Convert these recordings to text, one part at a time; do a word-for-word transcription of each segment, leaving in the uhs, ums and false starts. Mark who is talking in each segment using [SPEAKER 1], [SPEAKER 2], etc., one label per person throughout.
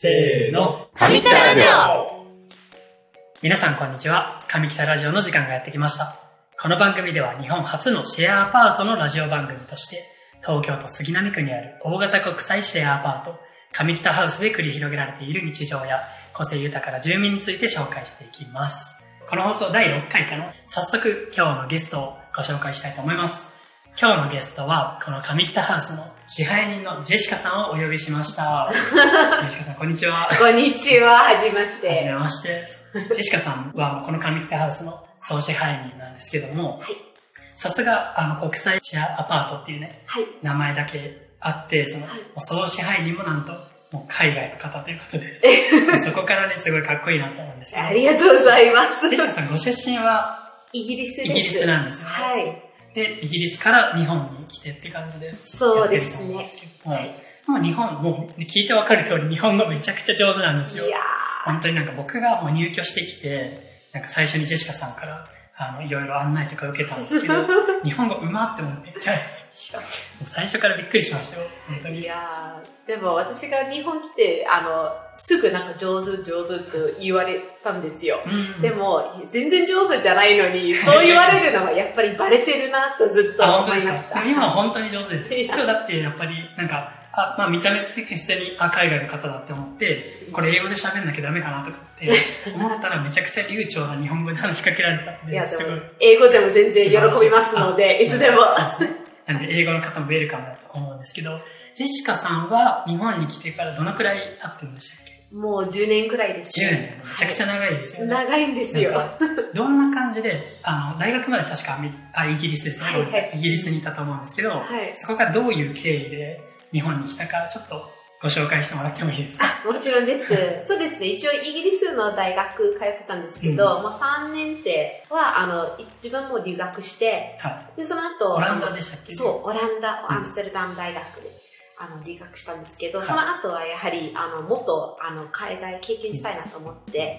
[SPEAKER 1] せーの、
[SPEAKER 2] 上北ラジオ。
[SPEAKER 1] 皆さんこんにちは。上北ラジオの時間がやってきました。この番組では日本初のシェアアパートのラジオ番組として、東京都杉並区にある大型国際シェアアパート、上北ハウスで繰り広げられている日常や個性豊かな住民について紹介していきます。この放送だいろっかいかの早速今日のゲストをご紹介したいと思います。今日のゲストはこの上北ハウスの支配人のジェシカさんをお呼びしました。ジェシカさんこんにちは。
[SPEAKER 2] こんにちは。はじめまして。
[SPEAKER 1] はじめまして。ジェシカさんはこの上北ハウスの総支配人なんですけども、はい、さすがあの国際シェアアパートっていうね、はい、名前だけあって、その、はい、総支配人もなんともう海外の方ということで、そこからねすごいかっこいいなと思うんですけど。
[SPEAKER 2] ありがとうございます。
[SPEAKER 1] ジェシカさんご出身は
[SPEAKER 2] イギリスです。
[SPEAKER 1] イギリスなんですよね。はい。で、イギリスから日本に来てって感じで。
[SPEAKER 2] そうですね。
[SPEAKER 1] はい。もう日本、もう聞いてわかる通り日本語めちゃくちゃ上手なんですよ。いやー。本当になんか僕がもう入居してきて、なんか最初にジェシカさんから、あの、いろいろ案内とか受けたんですけど、日本語うまって思って、最初からびっくりしましたよ。本当に。
[SPEAKER 2] いやー、でも私が日本来て、あの、すぐなんか上手上手と言われたんですよ。うんうん、でも、全然上手じゃないのに、そう言われるのはやっぱりバレてるなとずっと思いました。
[SPEAKER 1] 今は本当に上手です。今日だってやっぱりなんか、あ、まあ見た目って普通に、あ、海外の方だって思って、これ英語で喋んなきゃダメかなとかって思ったらめちゃくちゃ流暢な日本語で話しかけられたんで、いや、でも
[SPEAKER 2] 英語でも全然喜びますので、いつでも。
[SPEAKER 1] そうですね。なんで英語の方もウェルカムだと思うんですけど、ジェシカさんは日本に来てからどのくらい経ってるんでしたっけ？
[SPEAKER 2] もうじゅうねんくらいです、
[SPEAKER 1] ね。じゅうねん。めちゃくちゃ長いですよね。
[SPEAKER 2] 長いんですよ。
[SPEAKER 1] どんな感じで、あの、大学まで確かアメリあイギリスですね、はいはい。イギリスにいたと思うんですけど、はい、そこからどういう経緯で日本に来たか、ちょっとご紹介してもらってもいいですか？
[SPEAKER 2] もちろんです。そうですね。一応イギリスの大学通ってたんですけど、うん、まあさんねん生は、あの、自分も留学して、はい、で、その後、
[SPEAKER 1] オランダでしたっけ？
[SPEAKER 2] そう、オランダ、アムステルダム大学で。あの、留学したんですけど、はい、その後はやはり、あの、もっと、あの、海外経験したいなと思って、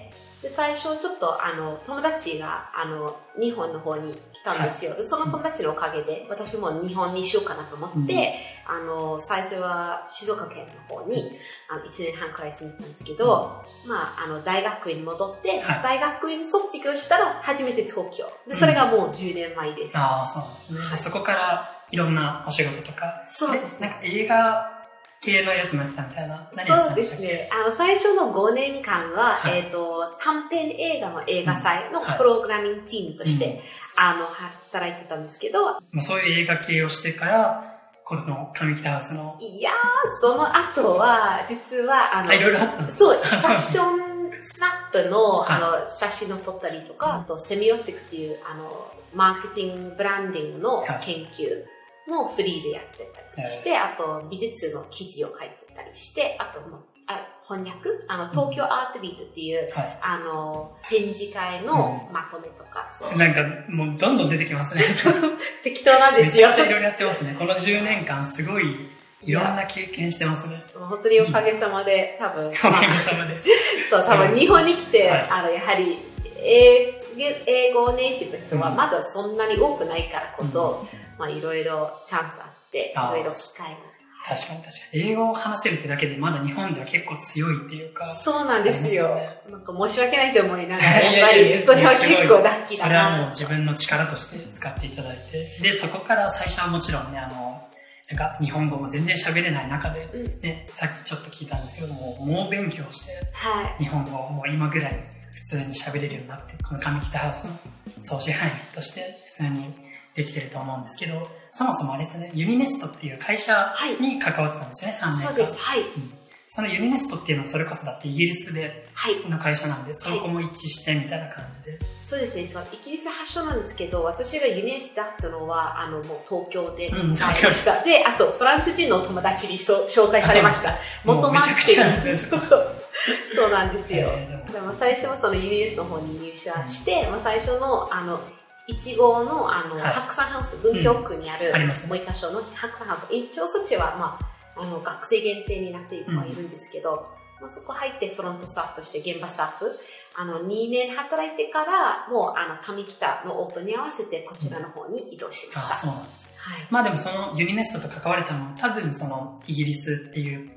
[SPEAKER 2] で、最初ちょっと、あの、友達が、あの、日本の方に来たんですよ。はい、で、その友達のおかげで、私も日本にしようかなと思って、うん、あの、最初は静岡県の方に、あの、いちねんはんくらい住んでたんですけど、うん、まあ、あの、大学院に戻って、はい、大学院卒業したら、初めて東京。で、それがもうじゅうねんまえです。
[SPEAKER 1] うん、ああ、そうなんですね。はい、そこから、いろんなお仕事とか。
[SPEAKER 2] そうですね。
[SPEAKER 1] なんか映画系のやつもやってたみたいな。何やってたんでしたっけ？
[SPEAKER 2] そうですね。あの、最初のごねんかんは、はい、えっと、短編映画の映画祭のプログラミングチームとして、うんはい、あの、働いてたんですけど。
[SPEAKER 1] そういう映画系をしてから、この上北ハウスの。
[SPEAKER 2] いやー、その後は、実は、あの、
[SPEAKER 1] いろいろあったんです
[SPEAKER 2] そう、ファッションスナップの、あの、写真を撮ったりとか、あと、セミオプティクスっていう、あの、マーケティング、ブランディングの研究もフリーでやってたりして、あと、美術の記事を書いてたりして、あと、あ翻訳あの、東京アートビートっていう、うんはい、あの、展示会のまとめとか、
[SPEAKER 1] うん、そうなんか、もうどんどん出てきますね。
[SPEAKER 2] 適当なんですよ。
[SPEAKER 1] めちゃくちゃいろいろやってますね。このじゅうねんかん、すごい、いろんな経験してますね。
[SPEAKER 2] 本当におかげさまで、多分。お
[SPEAKER 1] かげさまで。
[SPEAKER 2] そう、多分日本に来て、はい、あの、やはり、英語ネイティブの人はまだそんなに多くないからこそ、うん、まあいろいろチャンスあって、いろいろ機会も。
[SPEAKER 1] 確かに確かに。英語を話せるってだけでまだ日本では結構強いっていうか。
[SPEAKER 2] そうなんですよ。なんか申し訳ないと思いながら、やっぱりそれは結構ラッキーだな。
[SPEAKER 1] それはもう自分の力として使っていただいて。で、そこから最初はもちろんね、あの、なんか日本語も全然喋れない中で、うんね、さっきちょっと聞いたんですけども、猛勉強して、はい、日本語をもう今ぐらい普通に喋れるようになって、この上北ハウスの総支配人として普通にできてると思うんですけど、そもそもあれですね、ユニネストっていう会社に関わってたんですよね、はい、さんねんかん。
[SPEAKER 2] そうです、はい。うん、
[SPEAKER 1] そのユニネストっていうのはそれこそだってイギリスでの会社なんで、そこも一致してみたいな感じで。
[SPEAKER 2] そうですね、そうイギリス発祥なんですけど、私がユニネストだったのは、あの、もう東京で会いました。で、あと、フランス人の友達にそ紹介されました。もっと待ってる。そうなんですよ。でも最初はそのユニネストの方に入社して、うん、まあ最初の、あの、いち号の、あの、はい、白山ハウス、文京区にある、うん、もう一箇所の白山ハウス。一応そっちは、まあ、あの、学生限定になっているはいるんですけど、うん、まあ、そこ入ってフロントスタッフとして現場スタッフ、あの、にねん働いてから、もう、あの、上北のオープンに合わせて、こちらの方に移動しました。
[SPEAKER 1] あ、そうなんですね。はい。まあでもそのユニネストと関われたのは、多分その、イギリスっていう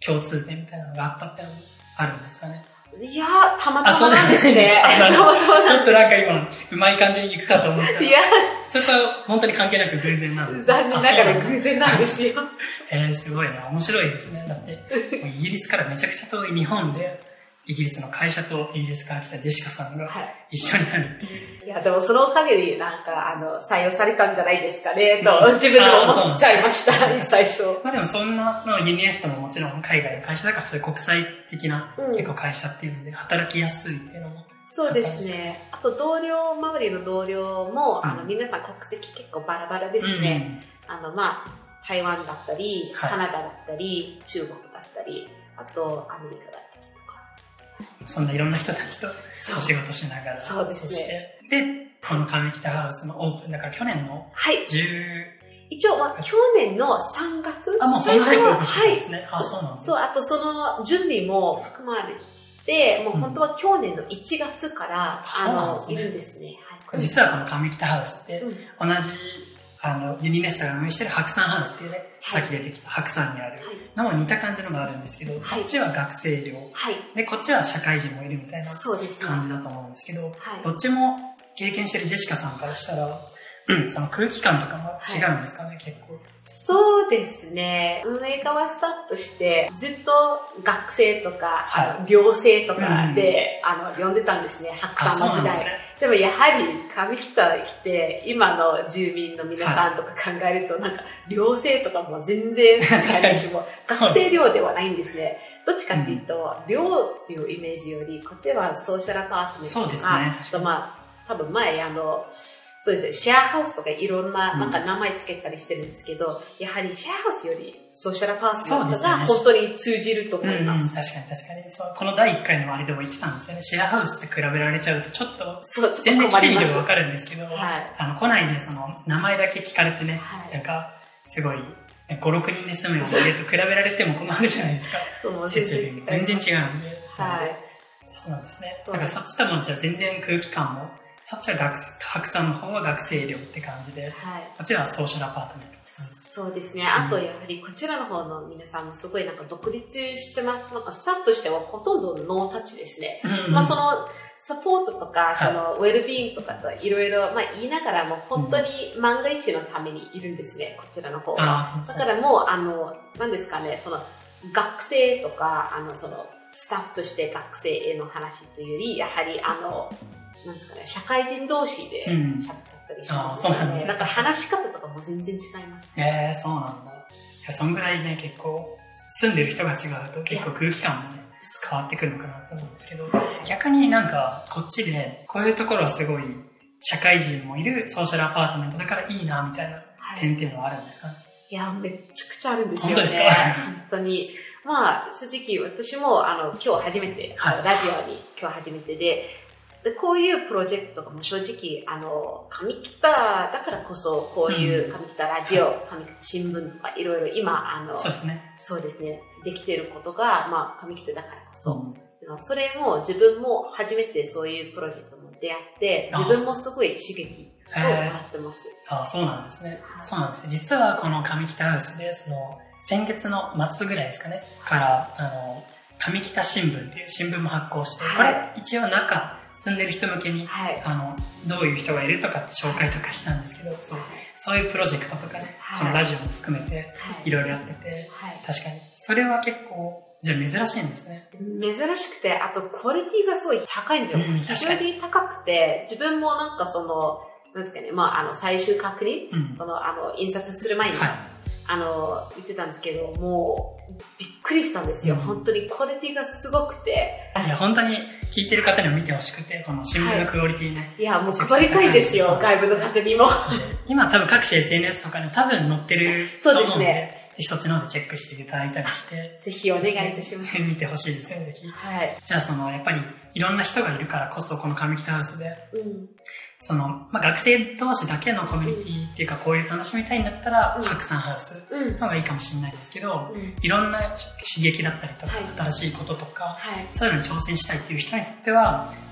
[SPEAKER 1] 共通点みたいなのがあったってのもあるんですかね。
[SPEAKER 2] いやー、たまたまなんですね。たまたま。
[SPEAKER 1] ちょっとなんか今、うまい感じにいくかと思ったら。
[SPEAKER 2] いや、
[SPEAKER 1] それと本当に関係なく偶然なんです。
[SPEAKER 2] 残念ながら偶然なんですよ。
[SPEAKER 1] えー、すごいな。面白いですね。だって、イギリスからめちゃくちゃ遠い日本で、イギリスの会社とイギリスから来たジェシカさんが一緒になるっていう。
[SPEAKER 2] はい、いや、でもそのおかげでなんか、あの、採用されたんじゃないですかね、と自分で思っちゃいました、最初。
[SPEAKER 1] まあでもそんなのユニエストももちろん海外の会社だからそういう国際的な、うん、結構会社っていうので働きやすいっていうのも。
[SPEAKER 2] そうですね。あと同僚、周りの同僚も、うん、あの、皆さん国籍結構バラバラですね。うん、あの、まあ、台湾だったり、はい、カナダだったり、中国だったり、あとアメリカだったり。
[SPEAKER 1] そんないろんな人たちとお仕事しながら。
[SPEAKER 2] そうですね。
[SPEAKER 1] で、この上北ハウスのオープンだから去年のじゅう、はい、
[SPEAKER 2] 一応、まあ、去年のさんがつ。
[SPEAKER 1] あ、もうその時オープンしたんですね。はい、あ、そうなんですね。
[SPEAKER 2] そう、あとその準備も含まれて、もう本当は去年のいちがつから、うん、あの、いるんですね。
[SPEAKER 1] はい、実はこの上北ハウスって、うん、同じ、あの、ユニネストが運営してる白山ハウスっていうね、はい、さっき出てきた白山にあるのも似た感じのがあるんですけど、はい、そっちは学生寮、はい、で、こっちは社会人もいるみたいな感じだと思うんですけど、はい、どっちも経験してるジェシカさんからしたら、うん、その空気感とかも違うんですかね、はい、結構。
[SPEAKER 2] そうですね。運営側スタートして、ずっと学生とか、はい、あの寮生とかで、うん、あの、呼んでたんですね、白山の時代。でもやはり上北来て、今の住民の皆さんとか考えると、なんか、寮生とかも全然、学生寮ではないんですね。どっちかっていうと、寮っていうイメージより、こっちはソーシャルアパートメントとか、そうですね、あとまあ、多分前、あの、そうですね、シェアハウスとかいろんな、なんか名前つけたりしてるんですけど、うん、やはりシェアハウスよりソーシャルアパートメントが本当に通じると思います。うんうん、確
[SPEAKER 1] かに確かに。そう、このだいいっかいの周りでも言ってたんですよね。シェアハウスって比べられちゃうとちょっと、全然聞いてわかるんですけど、はい、あの、来ないでその名前だけ聞かれてね、はい、なんか、すごい、ご、ろくにんで住むような家と比べられても困るじゃないですか。設備全然違うんで。はい。そうなんですね。だからそっちともじゃ全然空気感も、そっちは学白山の方は学生寮って感じで、はい、こっちはソーシャルアパートメント。
[SPEAKER 2] そうですね。あとやはりこちらの方の皆さんもすごいなんか独立してます。なんかスタートしてはほとんどノータッチですね。うんうん、まあそのサポートとか、そのウェルビーイングとかといろいろまあ言いながらも本当に万が一のためにいるんですね。こちらの方は。だからもうあの、何ですかね、その学生とか、あのそのスタッフとして学生への話というより、やはりあの、なんですかね、社会人同士で喋っちゃったりしますね。うん、そうなんですね。なんか話し方とかも全然違います
[SPEAKER 1] ね。えー、そうなんだ。いや、そんぐらいね、結構、住んでる人が違うと結構空気感もね、変わってくるのかなと思うんですけど、逆になんか、こっちで、こういうところはすごい、社会人もいるソーシャルアパートメントだからいいな、みたいな点っていうのはあるんですかね。
[SPEAKER 2] いや、めちゃくちゃあるんですよね。本当ですか？本当に。まあ、正直、私も、あの、今日初めて、はい、ラジオに今日初めてで、でこういうプロジェクトとかも正直、あの、上北だからこそ、こういう上北ラジオ、うん、上北新聞とかいろいろ今、あの、
[SPEAKER 1] そうですね。
[SPEAKER 2] そうですね。できてることが、まあ、上北だからこそ。うん、それも自分も初めてそういうプロジェクトも出会って、自分もすごい刺激をもらってます。
[SPEAKER 1] ああ、そうなんですね。そうなんですね。実はこの上北ハウスで、その、先月の末ぐらいですかね、から、あの、上北新聞っていう新聞も発行して、はい、これ一応中、住んでる人向けに、はい、あの、どういう人がいるとかって紹介とかしたんですけど、はい、そう、そういうプロジェクトとかね、はい、このラジオも含めて、いろいろやってて、はい、確かに。それは結構、じゃあ珍しいんですね。
[SPEAKER 2] 珍しくて、あとクオリティがすごい高いんですよ。うん、非常に高くて、自分もなんかその、なんですかね、まあ、あの、最終確認、うん、この、あの、印刷する前に、はい、あの、言ってたんですけど、もう、びっくりしたんですよ。うん、本当にクオリティがすごくて。
[SPEAKER 1] いや、本当に聞いてる方にも見てほしくて、この新聞のクオリティね。
[SPEAKER 2] はい、いや、もう配りたいですよ、外部の方にも。
[SPEAKER 1] 今多分各種 エスエヌエス とかに多分載ってると思うので、そうですね。一つのでチェックしていただいたりして。
[SPEAKER 2] ぜひお願いいたします。
[SPEAKER 1] 見てほしいですね、ぜひ。はい。じゃあその、やっぱりいろんな人がいるからこそ、この上北ハウスで、うん、その、まあ、学生同士だけのコミュニティっていうか、こういう楽しみたいんだったら、うん、白山ハウスの方がいいかもしれないですけど、うん、いろんな刺激だったりとか、はい、新しいこととか、はい、そういうのに挑戦したいっていう人にとっては、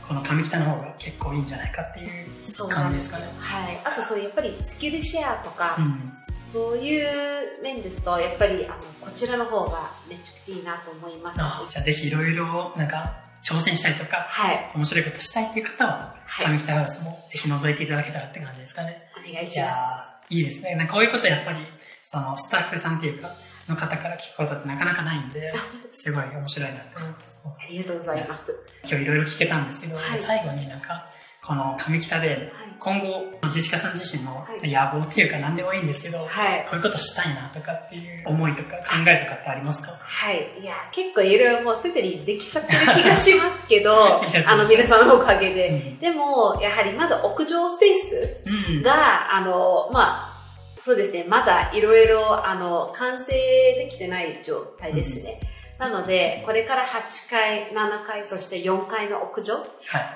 [SPEAKER 1] この上北の方が結構いいんじゃないかっていう感じですかね。
[SPEAKER 2] はい。あとそうやっぱりスキルシェアとか、
[SPEAKER 1] うん、
[SPEAKER 2] そういう面ですとやっぱりあのこちらの方がめちゃくちゃいいなと思います。
[SPEAKER 1] あ、じゃあぜひいろいろなんか挑戦したいとか、はい、面白いことしたいっていう方は、はい、上北ハウスもぜひ覗いていただけたらって感じですかね。
[SPEAKER 2] お願いします。
[SPEAKER 1] いやいいですね。なんかこういうことやっぱりそのスタッフさんっていうかの方から聞くことってなかなかないんで、すごい面白いなと思います。
[SPEAKER 2] ありがとうございます。
[SPEAKER 1] 今日いろいろ聞けたんですけど、はい、最後になんかこの上北で今後ジェシカさん自身の野望っていうか何でもいいんですけど、はい、こういうことしたいなとかっていう思いとか考えとかってありますか？
[SPEAKER 2] はい、いや結構いろいろもうすでにできちゃってる気がしますけどあの皆さんのおかげで、うん、でもやはりまだ屋上スペースが、うん、あのまあそうですね、まだいろいろあの完成できてない状態ですね。うん、なので、これからはちかい、ななかい、そしてよんかいの屋上、はい、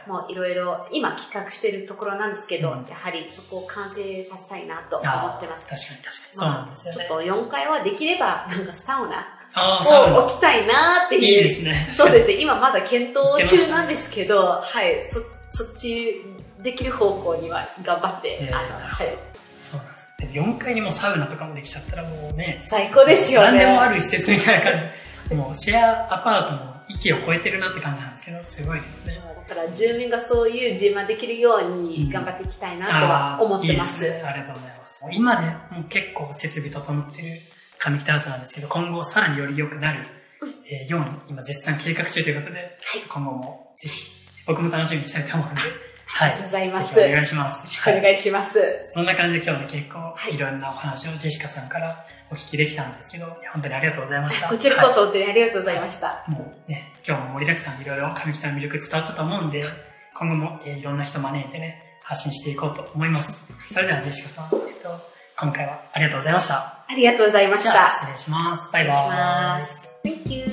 [SPEAKER 2] もういろいろ今企画しているところなんですけど、うん、やはりそこを完成させたいなと思ってます。
[SPEAKER 1] 確かに確かに。そうなんですよね。
[SPEAKER 2] ちょっとよんかいはできれば、なんかサウナを置きたいなっていう。
[SPEAKER 1] いいですね。
[SPEAKER 2] そうですね、今まだ検討中なんですけど、はい、そ、そっちできる方向には頑張って、えー、あの、はい。
[SPEAKER 1] よんかいにもサウナとかもできちゃったらもうね、
[SPEAKER 2] 最高ですよね。
[SPEAKER 1] 何でもある施設みたいな感じ。もうシェアアパートの域を超えてるなって感じなんですけど、すごいですね。
[SPEAKER 2] だから住民がそういう自慢できるように頑張っていきたいなとは思ってます。
[SPEAKER 1] うん、いいですね。ありがとうございます。今でもう結構設備整ってる上北ハウスなんですけど、今後さらにより良くなる、えー、ように今絶賛計画中ということで、はい、今後もぜひ僕も楽しみにしたいと思うので、
[SPEAKER 2] ありがとうございます。
[SPEAKER 1] お願いします。よろ
[SPEAKER 2] しくお願いします。
[SPEAKER 1] そんな感じで今日ね、結構いろんなお話をジェシカさんからお聞きできたんですけど、本当にありがとうございました。
[SPEAKER 2] こちらこそ本当にありがとうございました。
[SPEAKER 1] もうね、今日も盛りだくさんいろいろ上北の魅力伝わったと思うんで、今後もいろんな人招いてね、発信していこうと思います。それではジェシカさん、えっと、今回はありがとうございました。
[SPEAKER 2] ありがとうございました。
[SPEAKER 1] 失礼します。バイバイ。
[SPEAKER 2] 失礼します。Thank you.